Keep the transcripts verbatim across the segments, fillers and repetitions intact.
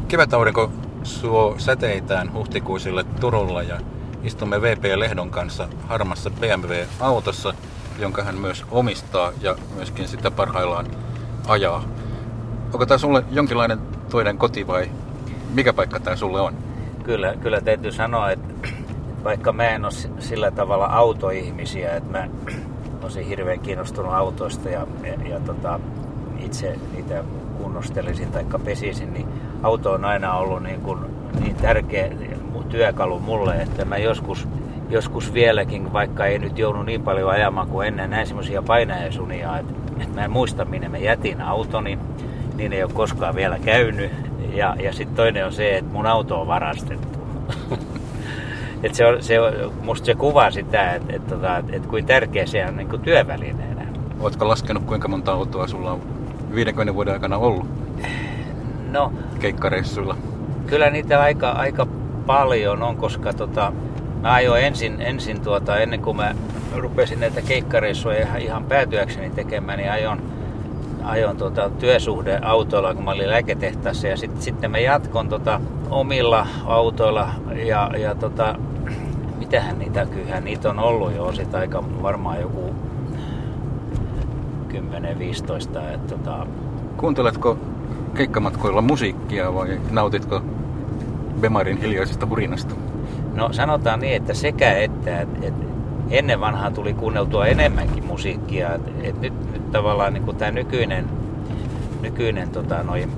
Kevätaurinko suo säteitään huhtikuisille Turulla ja istumme V P Lehdon kanssa harmassa B M W-autossa, jonka hän myös omistaa ja myöskin sitä parhaillaan ajaa. Onko tämä sulle jonkinlainen toinen koti vai mikä paikka tämä sulle on? Kyllä, kyllä täytyy sanoa, että vaikka mä en ole sillä tavalla autoihmisiä, että mä olisin hirveän kiinnostunut autoista ja, ja, ja tota, itse niitä kunnostelisin tai pesisin, niin auto on aina ollut niin, kuin, niin tärkeä työkalu mulle, että mä joskus, joskus vieläkin, vaikka ei nyt joudu niin paljon ajamaan kuin ennen, näin semmoisia painajasunia, että, että mä en muista minne mä jätin autoni, niin ei ole koskaan vielä käynyt. Ja, ja sitten toinen on se, että mun auto on varastettu. Et se on, se on, musta se kuvaa sitä, että et, et, et kuin tärkeä se on niin kuin työvälineenä. Oletko laskenut, kuinka monta autoa sulla on viidenkymmenen vuoden aikana ollut no, keikkareissuilla? Kyllä niitä aika, aika paljon on, koska tota, mä ajoin ensin, ensin tuota, ennen kuin mä rupesin näitä keikkareissuja ihan, ihan päätyäkseni tekemään, niin ajoin, ajoin tuota, työsuhdeautoilla, kun mä olin lääketehtaassa. Ja sit, sitten mä jatkon tota, omilla autoilla ja, ja tota, mitähän niitä, kyllähän niitä on ollut jo sit aika varmaan joku kymmenen viisitoista. Että, tota... Kuunteletko keikkamatkoilla musiikkia vai nautitko Bemarin hiljaisesta hurinasta? No sanotaan niin, että sekä että, että, että ennen vanhaa tuli kuunneltua enemmänkin musiikkia. Että, että nyt, nyt tavallaan niin kuin tämä nykyinen, nykyinen tota, noi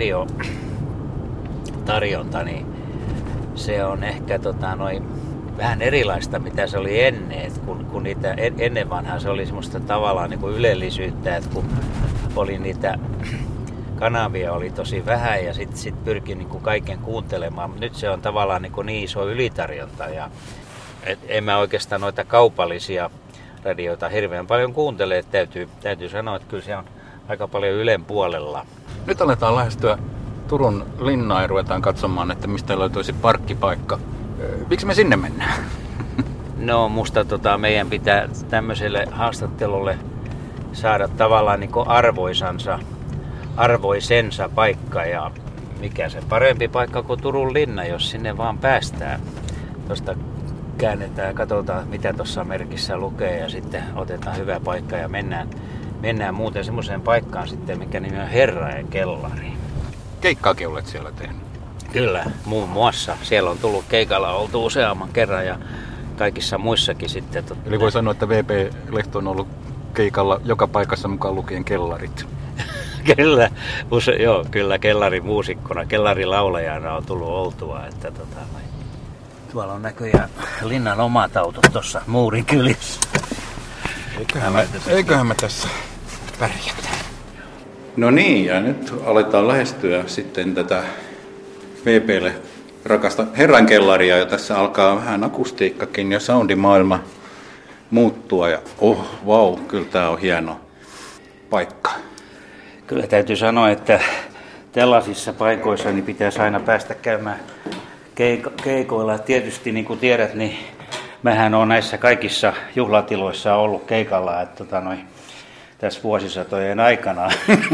radiotarjonta, niin se on ehkä tota, noi, vähän erilaista, mitä se oli ennen. Että kun, kun niitä, ennen vanhaa se oli semmoista tavallaan niin kuin ylellisyyttä, että kun oli niitä kanavia oli tosi vähän ja sitten sit pyrki niin kuin kaiken kuuntelemaan. Nyt se on tavallaan niin, niin iso ylitarjonta. Ja, et en mä oikeastaan noita kaupallisia radioita hirveän paljon kuuntele. Et täytyy, täytyy sanoa, että kyllä se on aika paljon Ylen puolella. Nyt aletaan lähestyä Turun linnaa ja ruvetaan katsomaan, että mistä löytyisi parkkipaikka. Miksi me sinne mennään? No musta tota, meidän pitää tämmöiselle haastattelulle saada tavallaan niin kuin arvoisansa. arvoisensa paikka ja mikä se parempi paikka kuin Turun linna, jos sinne vaan päästään. Tuosta käännetään ja katsotaan mitä tuossa merkissä lukee ja sitten otetaan hyvä paikka ja mennään, mennään muuten semmoiseen paikkaan sitten, mikä nimi on Herraen kellari. Keikkaakin olet siellä tehnyt? Kyllä, muun muassa. Siellä on tullut keikalla oltu useamman kerran ja kaikissa muissakin sitten. Totta. Eli voi sanoa, että V P Lehto on ollut keikalla joka paikassa mukaan lukien kellarit. Kyllä, use, joo, kyllä kellarimuusikkona, kellarilaulajana on tullut oltua. Että, tota, tuolla on näköjään linnan omat autot tuossa muurin kylissä. Eiköhän me, eiköhän me tässä pärjätä. No niin, ja nyt aletaan lähestyä sitten tätä V P:lle rakasta herrankellaria, ja tässä alkaa vähän akustiikkakin ja soundimaailma muuttua. Ja oh, vau, wow, kyllä tää on hieno paikka. Kyllä täytyy sanoa, että tällaisissa paikoissa niin pitäisi aina päästä käymään keiko- keikoilla. Tietysti niin kuin tiedät, niin mähän olen näissä kaikissa juhlatiloissa ollut keikalla että, tota, noi, tässä vuosisatojen aikana.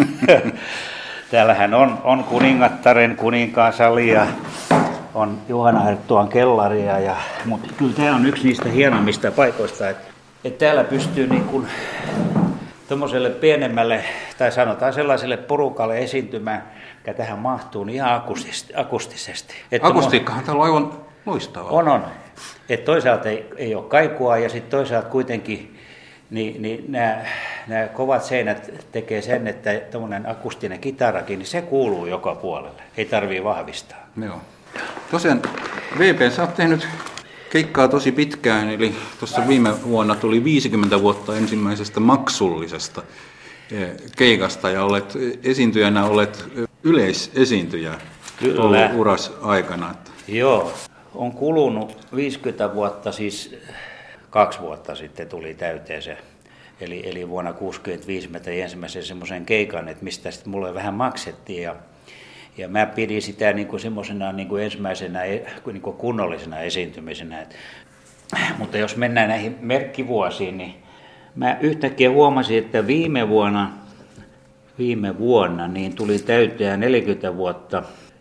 Täällähän on, on kuningattaren kuninkaan salia, on Juhana Herttuan kellaria, ja, mutta kyllä tämä on yksi niistä hienommista paikoista, että, että täällä pystyy niin kuin tuommoiselle pienemmälle, tai sanotaan sellaiselle porukalle esiintymään, mikä tähän mahtuu, niin ihan akustisesti. akustisesti. Akustiikkahan täällä on aivan loistavaa. On, on. Et toisaalta ei, ei ole kaikua, ja sitten toisaalta kuitenkin niin, niin nämä, nämä kovat seinät tekee sen, että tuommoinen akustinen kitarakin, niin se kuuluu joka puolelle. Ei tarvitse vahvistaa. Joo. Tosiaan V P, sä oot tehnyt keikkaa tosi pitkään, eli tuossa viime vuonna tuli viisikymmentä vuotta ensimmäisestä maksullisesta keikasta, ja olet esiintyjänä, olet yleisesiintyjä ollut uras aikana. Joo, on kulunut viisikymmentä vuotta, siis kaksi vuotta sitten tuli täyteen se. Eli, eli vuonna tuhatyhdeksänsataakuusikymmentäviisi mä tein ensimmäisen semmoisen keikan, että mistä sitten mulle vähän maksettiin, ja Ja mä pidin sitä niin kuin semmoisena niin kuin ensimmäisenä niin kuin kunnollisena esiintymisenä. Et, mutta jos mennään näihin merkkivuosiin, niin mä yhtäkkiä huomasin, että viime vuonna, viime vuonna niin tuli täyteen neljäkymmentä vuotta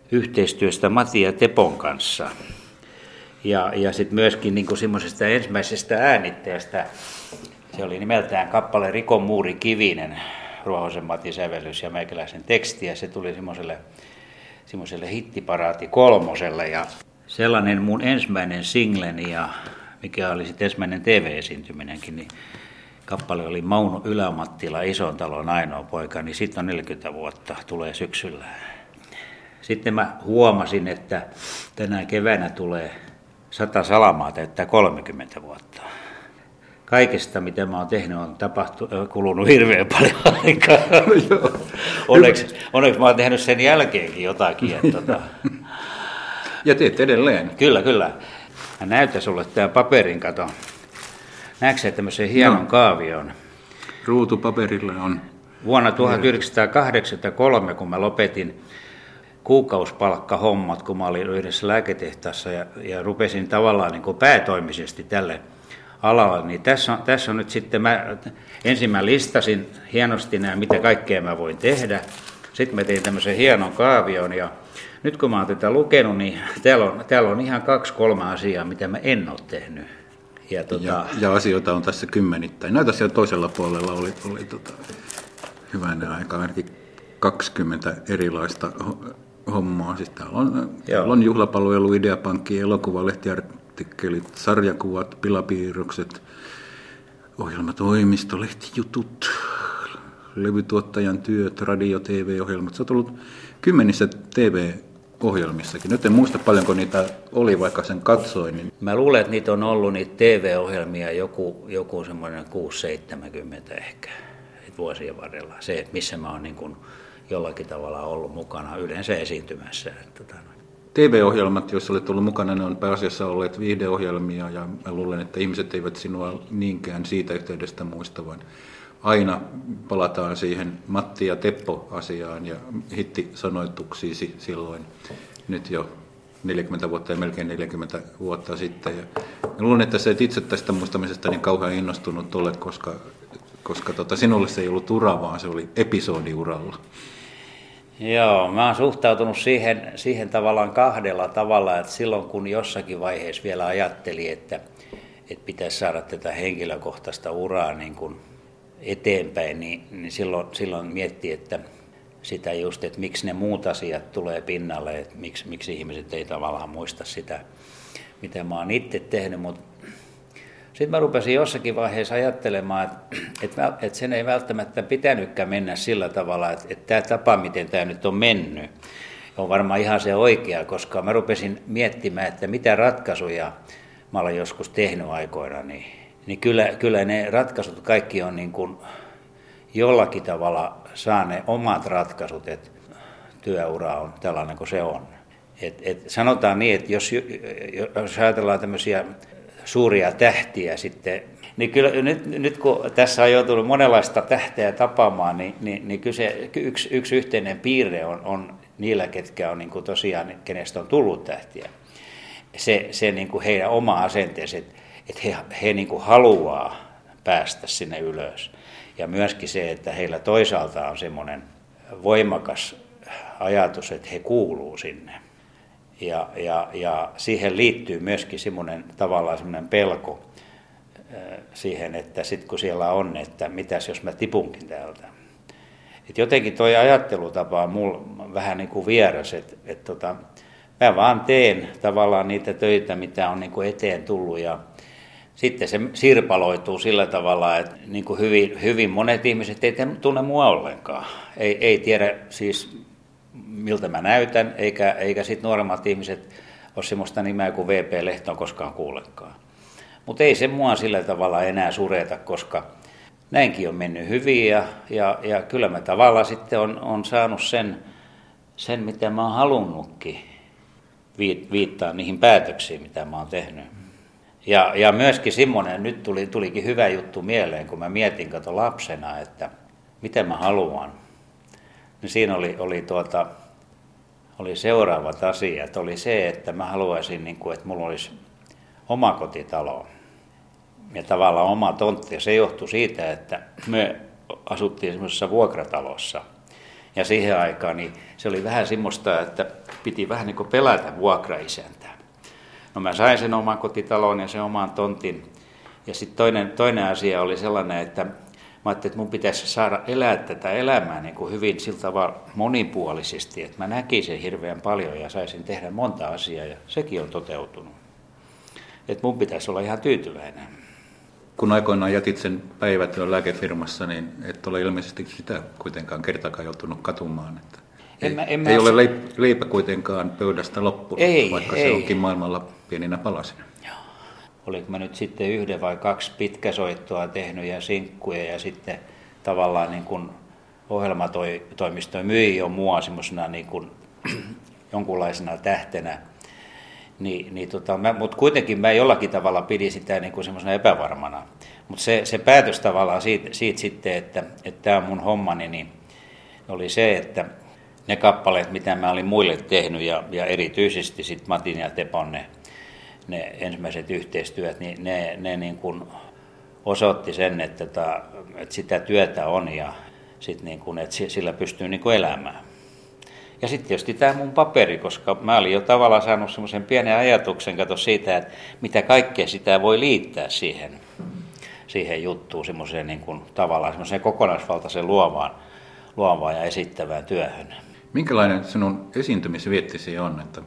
yhteistyöstä Matti ja Tepon kanssa. Ja, ja sitten myöskin niin semmoisesta ensimmäisestä äänitteestä, se oli nimeltään kappale Rikon muuri kivinen, Ruohosen Matin sävellys ja meikäläisen teksti, ja se tuli semmoiselle, semmoiselle hittiparaati kolmoselle. Ja sellainen mun ensimmäinen singleni, ja mikä oli sitten ensimmäinen T V-esiintyminenkin, niin kappale oli Mauno Ylämattila, Ison talon ainoa poika, niin sitten on neljäkymmentä vuotta, tulee syksyllä. Sitten mä huomasin, että tänä keväänä tulee Sata salamaa täyttää kolmekymmentä vuotta. Kaikesta, mitä mä oon tehnyt, on tapahtu, kulunut hirveän paljon aikaa. onneksi, onneksi mä oon tehnyt sen jälkeenkin jotakin. Että, tota... Ja teet edelleen. Kyllä, kyllä. Mä näytän sulle tämän paperin, kato. Näetkö sä tämmöisen hienon no. kaavion? Ruutupaperilla on. Vuonna tuhatyhdeksänsataakahdeksankymmentäkolme, kun mä lopetin kuukausipalkkahommat, kun mä olin yhdessä lääketehtaassa ja, ja rupesin tavallaan niin kuin päätoimisesti tälle alalle, niin tässä on, tässä on nyt sitten, mä, ensin mä listasin hienosti nämä, mitä kaikkea mä voin tehdä. Sitten mä tein tämmöisen hienon kaavion ja nyt kun mä oon tätä lukenut, niin täällä on, täällä on ihan kaksi kolme asiaa, mitä mä en ole tehnyt. Ja, tota... ja, ja asioita on tässä kymmenittäin. Näitä siellä toisella puolella oli, oli tota, hyvänä aikaa ainakin kaksikymmentä erilaista hommaa. Siis täällä on, täällä on juhlapalvelu, ideapankki, elokuva, lehtiartikkelit, sarjakuvat, pilapiirrokset, ohjelmatoimisto, lehtijutut, levytuottajan työt, radio, T V-ohjelmat. Se on tullut kymmenissä T V-ohjelmissakin. Nyt en muista paljonko niitä oli, vaikka sen katsoin. Niin... Mä luulen, että niitä on ollut niitä T V-ohjelmia joku, joku semmoinen kuusi seitsemänkymmentä ehkä vuosien varrella. Se, että missä mä oon niin kuin jollakin tavalla ollut mukana yleensä esiintymässä. T V-ohjelmat, joissa olet ollut mukana, ne on pääasiassa olleet viihdeohjelmia ja mä luulen, että ihmiset eivät sinua niinkään siitä yhteydestä muista, vaan aina palataan siihen Matti ja Teppo-asiaan ja hittisanoituksiisi silloin nyt jo neljäkymmentä vuotta ja melkein neljäkymmentä vuotta sitten. Ja luulen, että sä et itse tästä muistamisesta niin kauhean innostunut ole, koska, koska tota, sinulle se ei ollut ura, vaan se oli episodiuralla. Joo, mä oon suhtautunut siihen, siihen tavallaan kahdella tavalla, että silloin kun jossakin vaiheessa vielä ajattelin, että, että pitäisi saada tätä henkilökohtaista uraa niin kuin eteenpäin, niin, niin silloin, silloin miettii, että sitä just, että miksi ne muut asiat tulee pinnalle, että miksi, miksi ihmiset ei tavallaan muista sitä, mitä mä oon itse tehnyt, mutta sitten mä rupesin jossakin vaiheessa ajattelemaan, että, että, että sen ei välttämättä pitänytkään mennä sillä tavalla, että, että tämä tapa, miten tämä nyt on mennyt, on varmaan ihan se oikea, koska mä rupesin miettimään, että mitä ratkaisuja mä olen joskus tehnyt aikoina, niin, niin kyllä, kyllä ne ratkaisut kaikki on niin kuin jollakin tavalla saa ne omat ratkaisut, että työura on tällainen kuin se on. Et, et sanotaan niin, että jos, jos ajatellaan tämmöisiä suuria tähtiä sitten, niin kyllä nyt, nyt kun tässä on joutunut monenlaista tähteä tapaamaan, niin, niin, niin kyllä se yksi, yksi yhteinen piirre on, on niillä, ketkä on niin kuin tosiaan, kenestä on tullut tähtiä. Se, se niin kuin heidän oma asenteensa, että, että he, he niin kuin haluaa päästä sinne ylös. Ja myöskin se, että heillä toisaalta on semmoinen voimakas ajatus, että he kuuluu sinne. Ja, ja, ja siihen liittyy myöskin semmoinen tavallaan semmoinen pelko siihen, että sitten kun siellä on, että mitäs jos mä tipunkin täältä. Et jotenkin tuo ajattelutapa on mulla vähän niin kuin vieras, että et tota, mä vaan teen tavallaan niitä töitä, mitä on niin kuin eteen tullut ja sitten se sirpaloituu sillä tavalla, että niin kuin hyvin, hyvin monet ihmiset ei tunne mua ollenkaan. Ei, ei tiedä siis miltä mä näytän, eikä, eikä sitten nuoremmat ihmiset ole semmoista nimeä kuin V P Lehtoon koskaan kuulekaan. Mutta ei se mua sillä tavalla enää sureta, koska näinkin on mennyt hyvin ja, ja, ja kyllä mä tavallaan sitten on, on saanut sen, sen, mitä mä oon halunnutkin viittaa niihin päätöksiin, mitä mä oon tehnyt. Ja, ja myöskin semmoinen, nyt tuli, tulikin hyvä juttu mieleen, kun mä mietin kato lapsena, että mitä mä haluan. Niin siinä oli, oli, tuota, oli seuraavat asiat. Oli se, että mä haluaisin, niin kuin, että mulla olisi oma kotitalo ja tavallaan oma tontti. Ja se johtui siitä, että me asuttiin semmoisessa vuokratalossa. Ja siihen aikaan niin se oli vähän semmoista, että piti vähän niin kuin pelätä vuokraisäntää. No mä sain sen oman kotitalon ja sen oman tontin. Ja sitten toinen, toinen asia oli sellainen, että mä ajattelin, että mun pitäisi saada elää tätä elämää niin kuin hyvin sillä tavalla monipuolisesti, että mä näkisin hirveän paljon ja saisin tehdä monta asiaa ja sekin on toteutunut. Että mun pitäisi olla ihan tyytyväinen. Kun aikoinaan jätit sen päivätyön lääkefirmassa, niin et ole ilmeisesti sitä kuitenkaan kertakaan joutunut katumaan. Että en ei mä, en ei mä... ole leipä kuitenkaan pöydästä loppunut, ei, vaikka ei. se onkin maailmalla pieninä palasina. Oliko mä nyt sitten yhden vai kaksi pitkäsoittoa tehnyt ja sinkkuja ja sitten tavallaan niin kuin ohjelmatoimisto myi jo mua semmoisena niin kuin jonkunlaisena tähtenä. Niin, niin tota, mutta kuitenkin mä jollakin tavalla pidin sitä niin kuin semmoisena epävarmana. Mutta se, se päätös tavallaan siitä, siitä sitten, että tämä on mun hommani, niin oli se, että ne kappaleet, mitä mä olin muille tehnyt ja, ja erityisesti sitten Matin ja Tepon ne, ne ensimmäiset yhteistyöt, niin ne, ne niin kuin osoitti sen, että, että, että sitä työtä on ja sit niin kuin, että sillä pystyy niin kuin elämään. Ja sitten tietysti tämä mun paperi, koska mä olin jo tavallaan saanut semmoisen pienen ajatuksen kato siitä, että mitä kaikkea sitä voi liittää siihen, siihen juttuun, semmoiseen niin kuin tavallaan semmoiseen kokonaisvaltaiseen luovaan, luovaan ja esittävään työhön. Minkälainen sinun esiintymisviettisi on, että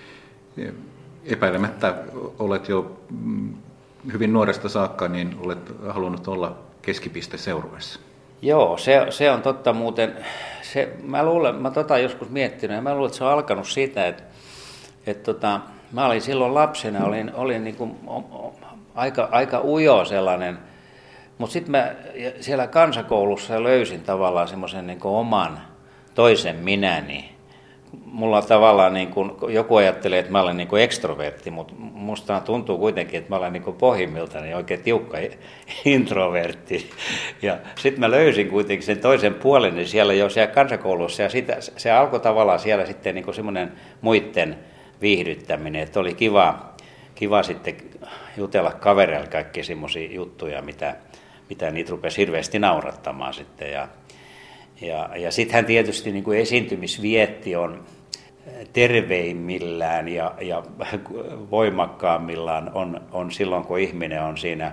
epäilemättä olet jo hyvin nuoresta saakka, niin olet halunnut olla keskipiste seurueessa? Joo, se, se on totta muuten. Se, mä luulen, mä tota joskus miettinyt ja mä luulen, että se on alkanut siitä, että, että tota, mä olin silloin lapsena, olin, olin niin kuin aika, aika ujo sellainen, mutta sitten mä siellä kansakoulussa löysin tavallaan semmoisen niin kuin oman toisen minäni. Mulla tavallaan niin kuin, joku ajattelee, että mä olen niin kuin ekstrovertti, mutta musta tuntuu kuitenkin, että mä olen niin kuin pohjimmiltani oikein tiukka introvertti. Ja sitten mä löysin kuitenkin sen toisen puoleni siellä jo siellä kansakoulussa ja sitä, se alkoi tavallaan siellä sitten niin kuin semmoinen muitten viihdyttäminen, että oli kiva, kiva sitten jutella kavereilla kaikkia semmoisia juttuja, mitä, mitä niitä rupesi hirveästi naurattamaan sitten. Ja, Ja, ja sittenhän tietysti niin kuin esiintymisvietti on terveimmillään ja, ja voimakkaammillaan on, on silloin, kun ihminen on siinä,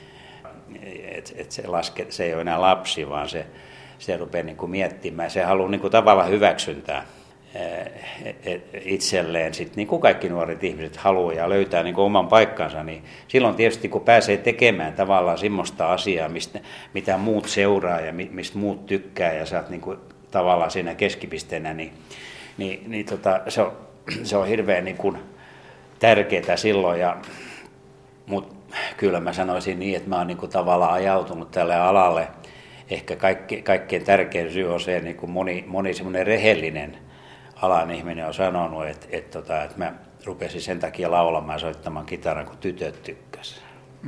että et se, laske, se ei ole enää lapsi, vaan se, se rupeaa niin kuin miettimään. Se haluaa niin kuin tavallaan hyväksyntää itselleen, sit, niin kuin kaikki nuoret ihmiset haluaa ja löytää niin kuin oman paikkansa, niin silloin tietysti kun pääsee tekemään tavallaan semmoista asiaa, mistä, mitä muut seuraa ja mistä muut tykkää ja sä oot niin kuin tavallaan siinä keskipisteenä, niin, niin, niin tota, se, on, se on hirveän niin kuin tärkeää silloin. Ja, mut kyllä mä sanoisin niin, että mä oon niin kuin tavallaan ajautunut tälle alalle. Ehkä kaikki, kaikkein tärkein syy on se, niin kuin moni, moni semmoinen rehellinen alan ihminen on sanonut, että, että, että, että mä rupesin sen takia laulamaan ja soittamaan kitaran, kun tytöt tykkäsivät.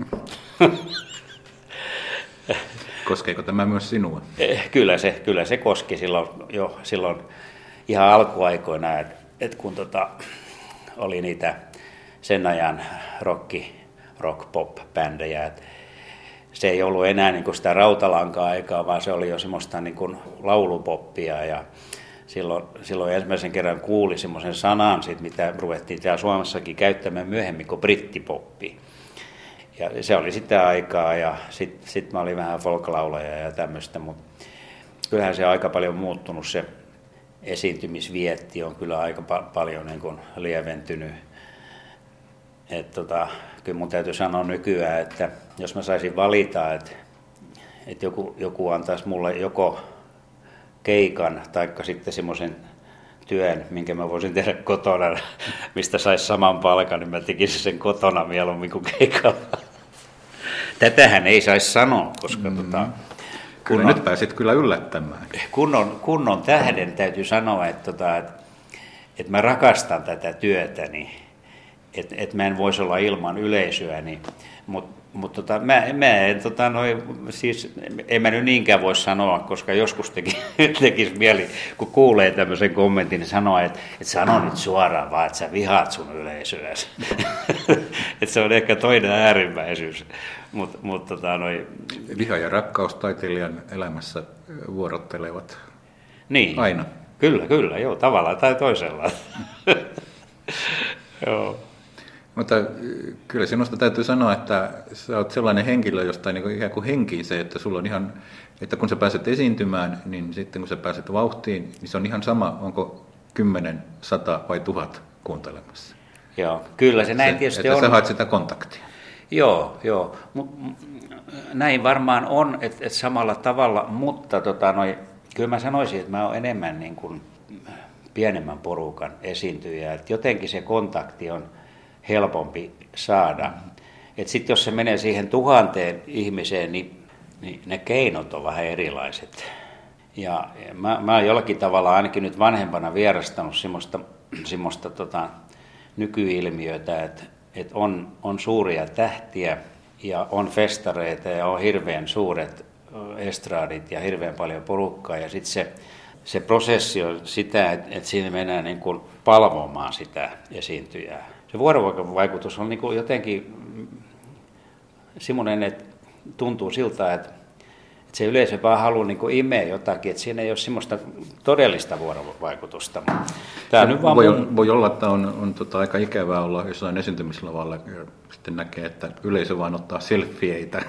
Koskeeko tämä myös sinua? Kyllä se, kyllä se koski silloin, jo silloin ihan alkuaikoina, että, että kun tota, oli niitä sen ajan rocki, rock-pop-bändejä, että se ei ollut enää niin kuin sitä rautalanka-aikaa, vaan se oli jo semmoista niin kuin laulupoppia ja Silloin, silloin ensimmäisen kerran kuuli semmoisen sanan, sit, mitä ruvettiin täällä Suomessakin käyttämään myöhemmin kuin brittipoppi. Ja se oli sitä aikaa ja sitten sit mä olin vähän folklaulaja ja tämmöistä, mutta kyllähän se aika paljon muuttunut, se esiintymisvietti on kyllä aika pa- paljon niin kuin lieventynyt. Et tota, kyllä mun täytyy sanoa nykyään, että jos mä saisin valita, että, että joku, joku antaisi mulle joko keikan tai sitten semmoisen työn, minkä mä voisin tehdä kotona, mistä saisi saman palkan, niin mä tekisin sen kotona mieluummin kuin keikalla. Tätähän ei saisi sanoa, koska mm. tota, kyllä nyt pääsit kyllä yllättämään. Kunnon, kunnon tähden täytyy sanoa, että, tota, että, että mä rakastan tätä työtäni, että, että mä en voisi olla ilman yleisöäni, mutta Mutta tota, mä, mä en, tota, noi, siis, en mä nyt niinkään voi sanoa, koska joskus teki, tekisi mieli, kun kuulee tämmöisen kommentin, niin sanoa, että, että sano nyt suoraan vaan, että sä vihaat sun yleisöäsi. Että se on ehkä toinen äärimmäisyys. Mut, mut, tota, noi... Viha ja rakkaus taiteilijan elämässä vuorottelevat. Niin. Aina. Kyllä, kyllä, joo, tavalla tai toisella. Joo. Mutta kyllä sinusta täytyy sanoa, että sä oot sellainen henkilö, josta niin kuin ikään kuin henkiin se, että sulla on ihan, että kun sä pääset esiintymään, niin sitten kun sä pääset vauhtiin, niin se on ihan sama, onko kymmenen, sata vai tuhat kuuntelemassa. Joo, kyllä se näin se, tietysti että on. Sä haet sitä kontaktia. Joo, joo. Näin varmaan on, että et samalla tavalla, mutta tota, noi, kyllä mä sanoisin, että mä oon enemmän niin kuin pienemmän porukan esiintyjä, että jotenkin se kontakti on helpompi saada. Että sitten jos se menee siihen tuhanteen ihmiseen, niin, niin ne keinot on vähän erilaiset. Ja mä, mä oon jollakin tavalla ainakin nyt vanhempana vierastanut semmoista, semmoista tota, nykyilmiötä, että, että on, on suuria tähtiä ja on festareita ja on hirveän suuret estraadit ja hirveän paljon porukkaa. Ja sitten se, se prosessi on sitä, että, että siinä mennään niin kuin palvomaan sitä esiintyjää. Se vuorovaikutus on niin kuin jotenkin semmoinen, että tuntuu siltä, että, että se yleisö vaan haluaa niin kuin imeä jotakin, että siinä ei ole semmoista todellista vuorovaikutusta. Tämä nyt vaan voi, mun... voi olla, että on, on tota aika ikävää olla jossain esiintymislavalla ja sitten näkee, että yleisö vaan ottaa selfieitä.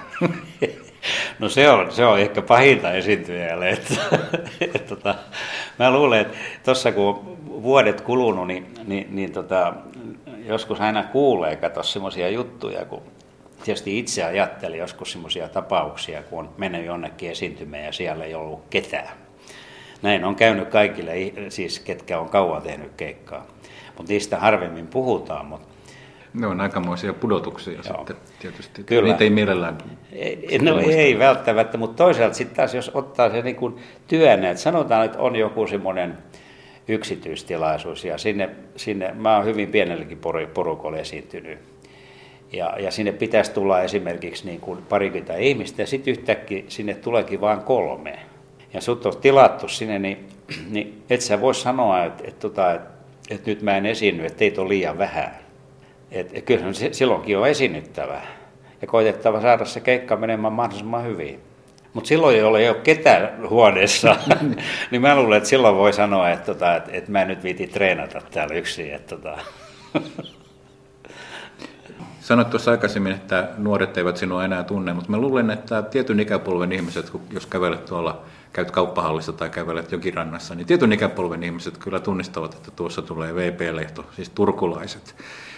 No se on, se on ehkä pahinta esiintyjälle. Että, että, tota, mä luulen, että tuossa kun on vuodet kulunut, niin, niin, niin tota, joskus aina kuulee, kato semmoisia juttuja, kun tietysti itse ajattelin joskus semmoisia tapauksia, kun on mennyt jonnekin esiintymään ja siellä ei ollut ketään. Näin on käynyt kaikille, siis ketkä on kauan tehnyt keikkaa, mutta niistä harvemmin puhutaan. Mutta ne on aikamoisia pudotuksia. Joo. Sitten tietysti. Kyllä. Niitä ei mielellään. Ei, no muista. Ei välttämättä, mutta toisaalta sitten taas jos ottaa se niin kuin työnne, että sanotaan, että on joku semmoinen yksityistilaisuus ja sinne, sinne mä oon hyvin pienelläkin porukolla esiintynyt. Ja, ja sinne pitäisi tulla esimerkiksi niin kuin parikymmentä ihmistä ja sitten yhtäkkiä sinne tuleekin vain kolme. Ja sut on tilattu sinne, niin, niin et sä voi sanoa, että, että, että, että, että nyt mä en esiinny, että teitä on liian vähän. Että kyllä se silloinkin on esiinnyttävä ja koitettava saada se keikka menemään mahdollisimman hyvin. Mutta silloin ei ole, ei ole ketään huoneessa, niin mä luulen, että silloin voi sanoa, että, että, että, että mä nyt viitin treenata täällä yksin. Että, että. Sanoit tuossa aikaisemmin, että nuoret eivät sinua enää tunne, mutta mä luulen, että tietyn ikäpolven ihmiset, jos kävelet tuolla, käyt kauppahallissa tai kävelet Jokirannassa, niin tietyn ikäpolven ihmiset kyllä tunnistavat, että tuossa tulee V P-lehto, siis turkulaiset.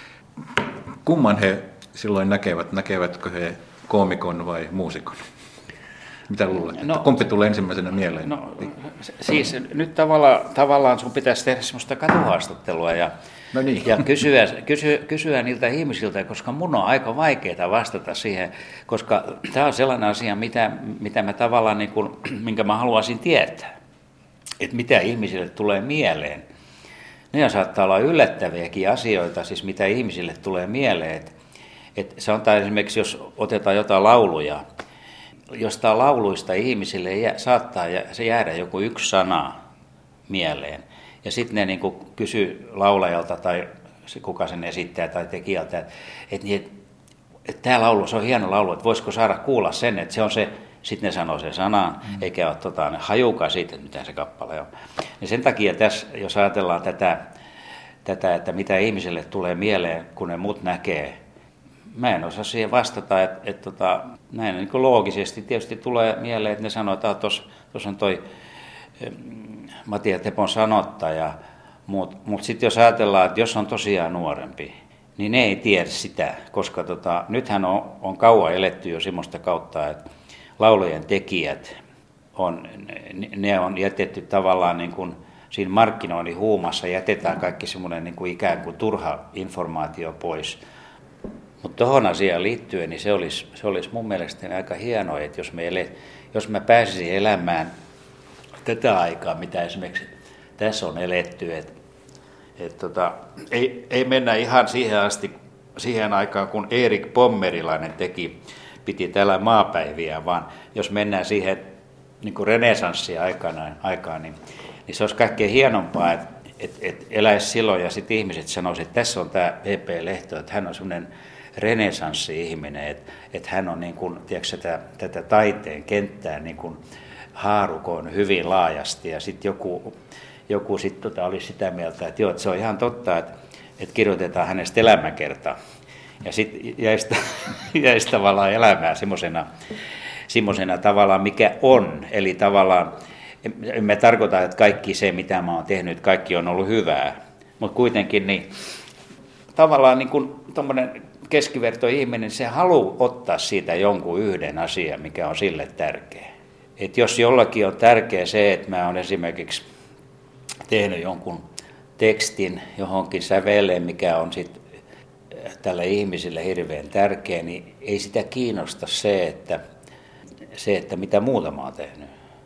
Kumman he silloin näkevät? Näkevätkö he koomikon vai muusikon? Mitä luulet? No, kumpi tulee ensimmäisenä mieleen? No, siis nyt tavallaan, tavallaan sun pitäisi tehdä semmoista katuhaastattelua ja, no niin. ja kysyä, kysyä, kysyä niiltä ihmisiltä, koska mun on aika vaikeaa vastata siihen, koska tämä on sellainen asia, mitä, mitä mä tavallaan, niin kuin, minkä mä haluaisin tietää, että mitä ihmisille tulee mieleen. Ne saattaa olla yllättäviäkin asioita, siis mitä ihmisille tulee mieleen. Että, että sanotaan esimerkiksi, jos otetaan jotain lauluja, jostain lauluista ihmisille jää, saattaa se jäädä joku yksi sana mieleen. Ja sitten ne niin kysyy laulajalta tai kuka sen esittää tai tekijältä, että, että, että, että tämä laulu, se on hieno laulu, että voisiko saada kuulla sen, että se on se, sitten ne sanoo sen sanan, mm. eikä ole tota, hajukaan siitä, että mitä se kappale on. Ja sen takia tässä, jos ajatellaan tätä, tätä, että mitä ihmisille tulee mieleen, kun ne muut näkee, mä en osaa siihen vastata, että, että, että näin niin kuin loogisesti tietysti tulee mieleen, että ne sanoo, että tuossa on toi Matia Tepon sanotta ja muut. Mutta sitten jos ajatellaan, että jos on tosiaan nuorempi, niin ne ei tiedä sitä, koska tota, nythän on, on kauan eletty jo semmoista kautta, että laulujen tekijät, on, ne on jätetty tavallaan niin kuin siinä markkinoinnin huumassa, jätetään kaikki semmoinen niin kuin ikään kuin turha informaatio pois. Mutta tuohon asiaan liittyen, niin se olisi, se olisi mun mielestäni aika hienoa, että jos, me ele, jos mä pääsisin elämään tätä aikaa, mitä esimerkiksi tässä on eletty, että et tota, ei, ei mennä ihan siihen asti, siihen aikaan, kun Erik Pommerilainen teki, piti täällä maapäiviä, vaan jos mennään siihen niin kuin renesanssia aikaan, aikaan niin, niin se olisi kaikkein hienompaa, että et, et eläisi silloin ja sitten ihmiset sanoisivat, että tässä on tämä V P-lehto, että hän on semmoinen renesanssi-ihminen, että, että hän on niin kuin, tiedätkö, tätä, tätä taiteen kenttää niin kuin haarukon hyvin laajasti ja sitten joku, joku sit tota oli sitä mieltä, että joo, että se on ihan totta, että, että kirjoitetaan hänestä elämäkerta. Ja sitten jäisi, jäisi tavallaan elämää semmoisena semmoisena tavallaan, mikä on. Eli tavallaan, en mä tarkoita, että kaikki se, mitä mä oon tehnyt, kaikki on ollut hyvää. Mutta kuitenkin niin, tavallaan niin kuin tommoinen keskivertoihminen, se haluaa ottaa siitä jonkun yhden asian, mikä on sille tärkeä. Et jos jollakin on tärkeä se, että mä oon esimerkiksi tehnyt jonkun tekstin johonkin säveleen, mikä on sitten tälle ihmisille hirveän tärkeä, niin ei sitä kiinnosta se, että, se, että mitä muuta mä oon tehnyt.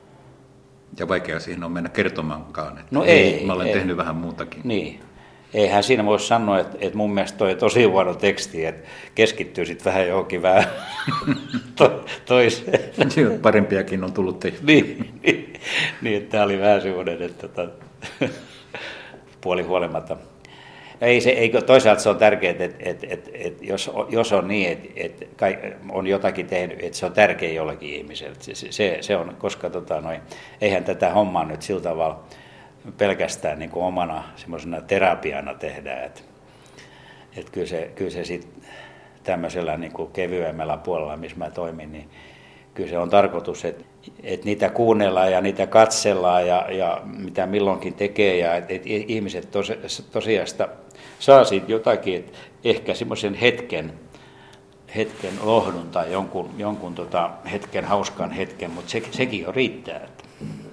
Ja vaikea siihen on mennä kertomaankaan, että no ei, ei, mä olen ei. tehnyt vähän muutakin. Niin. Eihän siinä voi sanoa, että, että mun mielestä toi tosi huono teksti, että keskittyy sitten vähän johonkin vähän to, toiseen. Parempiakin on tullut tehty. niin, niin, niin, että tämä oli vähän semmoinen, että tota, puoli huolimatta. Ei se, eikö, toisaalta se on tärkeää, että, että, että, että jos, jos on niin, että, että on jotakin tehnyt, että se on tärkeä jollekin ihmiselle. Se, se, se on, koska tota, noi, eihän tätä hommaa nyt sillä tavalla pelkästään niin kuin omana semmoisena terapiana tehdä. Että, että kyllä se, kyllä se sitten tämmöisellä niin kuin kevyemmällä puolella, missä mä toimin, niin kyllä se on tarkoitus, että, että niitä kuunnellaan ja niitä katsellaan ja, ja mitä milloinkin tekee ja että, että ihmiset tos, tosiasta saa siitä jotakin, että ehkä semmoisen hetken, hetken lohdun tai jonkun, jonkun tota hetken, hauskan hetken, mutta se, sekin jo riittää. Että.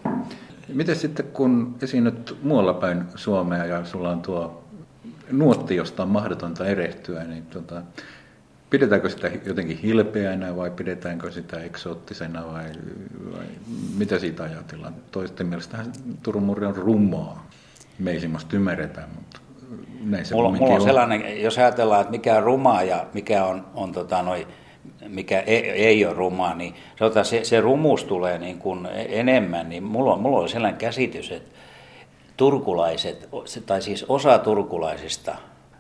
Miten sitten kun esiinnyt muualla päin Suomea ja sulla on tuo nuotti, josta on mahdotonta erehtyä, niin tota, pidetäänkö sitä jotenkin hilpeänä vai pidetäänkö sitä eksoottisena vai, vai mitä siitä ajatellaan? Toisten mielestähän Turun murre on rumaa. Me ei semmoista ymmärretä, mutta näin se mulla, mulla on on. sellainen, jos ajatellaan, että mikä on rumaa ja mikä on, on tota noi, mikä ei, ei ole rumaa, niin se, se rumuus tulee niin kuin enemmän, niin mulla on, mulla on sellainen käsitys, että turkulaiset, tai siis osa turkulaisista,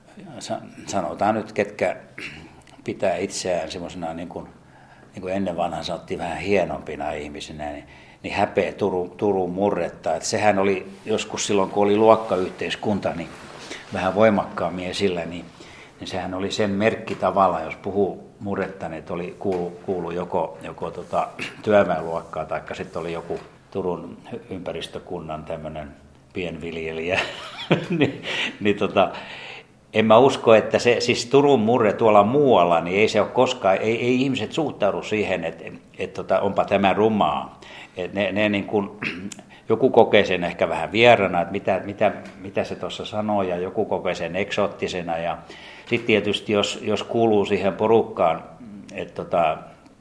sanotaan nyt ketkä pitää itseään semmoisena, niin kuin, niin kuin ennen vanhaan sanottiin, vähän hienompina ihmisinä, niin, niin häpeä Turun, Turun murretta. Että sehän oli joskus silloin, kun oli luokkayhteiskunta, niin vähän voimakkaammin esillä, niin, niin sehän oli sen merkki tavallaan, jos puhuu murretta, niin että oli kuulu, kuulu joko, joko tota, työväenluokkaa, tai sitten oli joku Turun ympäristökunnan tämmöinen pienviljelijä, niin, niin tota, en mä usko, että se, siis Turun murre tuolla muualla, niin ei se ole koskaan, ei, ei ihmiset suhtaudu siihen, että et, tota, onpa tämä rumaa. Et ne, ne niin kuin, joku kokee sen ehkä vähän vierana, että mitä, mitä, mitä se tuossa sanoo, ja joku kokee sen eksoottisena. Ja sitten tietysti, jos, jos kuuluu siihen porukkaan, että tota,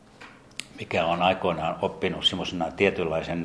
mikä on aikoinaan oppinut semmoisena tietynlaisen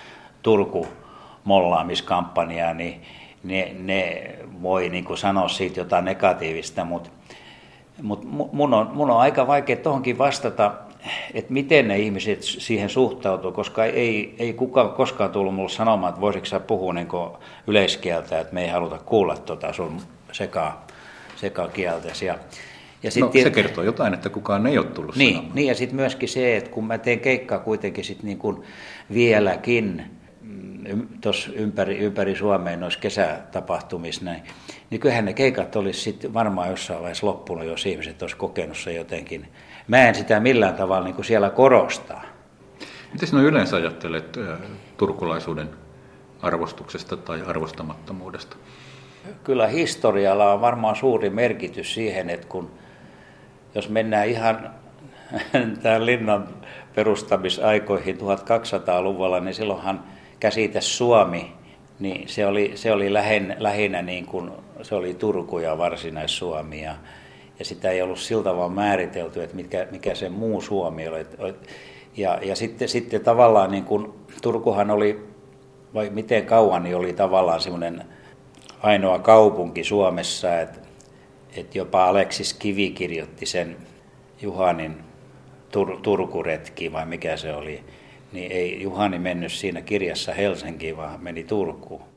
Turku-mollaamiskampanjaa, niin Ne, ne voi niin kuin sanoa siitä jotain negatiivista, mutta mut mun, on, mun on aika vaikea tuohonkin vastata, että miten ne ihmiset siihen suhtautuu, koska ei, ei kukaan koskaan tullut mulle sanomaan, että voisitko sä puhua niin kuin yleiskieltä, että me ei haluta kuulla tuota sun seka, sekakieltäsi. Ja, ja sit no tiet... se kertoo jotain, että kukaan ei ole tullut niin, sanomaan. niin ja sitten myöskin se, että kun mä teen keikkaa kuitenkin sit niin kuin vieläkin, tuossa ympäri, ympäri Suomea noissa kesätapahtumissa, näin, niin kyllähän ne keikat olisi sitten varmaan jossain vaiheessa loppunut, jos ihmiset olisi kokenut se jotenkin. Mä en sitä millään tavalla niin kuin siellä korostaa. Miten sinä yleensä ajattelet turkulaisuuden arvostuksesta tai arvostamattomuudesta? Kyllä historialla on varmaan suuri merkitys siihen, että kun jos mennään ihan tämän linnan perustamisaikoihin tuhatkaksisataaluvulla, niin silloinhan käsite Suomi, niin se oli, se oli lähinnä, lähinnä niin kuin, se oli Turku ja Varsinais-Suomi, ja, ja sitä ei ollut sillä tavalla määritelty, että mikä, mikä se muu Suomi oli. Ja, ja sitten, sitten tavallaan niin kuin, Turkuhan oli, vai miten kauan, niin oli tavallaan semmoinen ainoa kaupunki Suomessa, että, että jopa Aleksis Kivi kirjoitti sen Juhanin Tur, Turkuretki, vai mikä se oli, niin ei Juhani mennyt siinä kirjassa Helsinkiin, vaan meni Turkuun.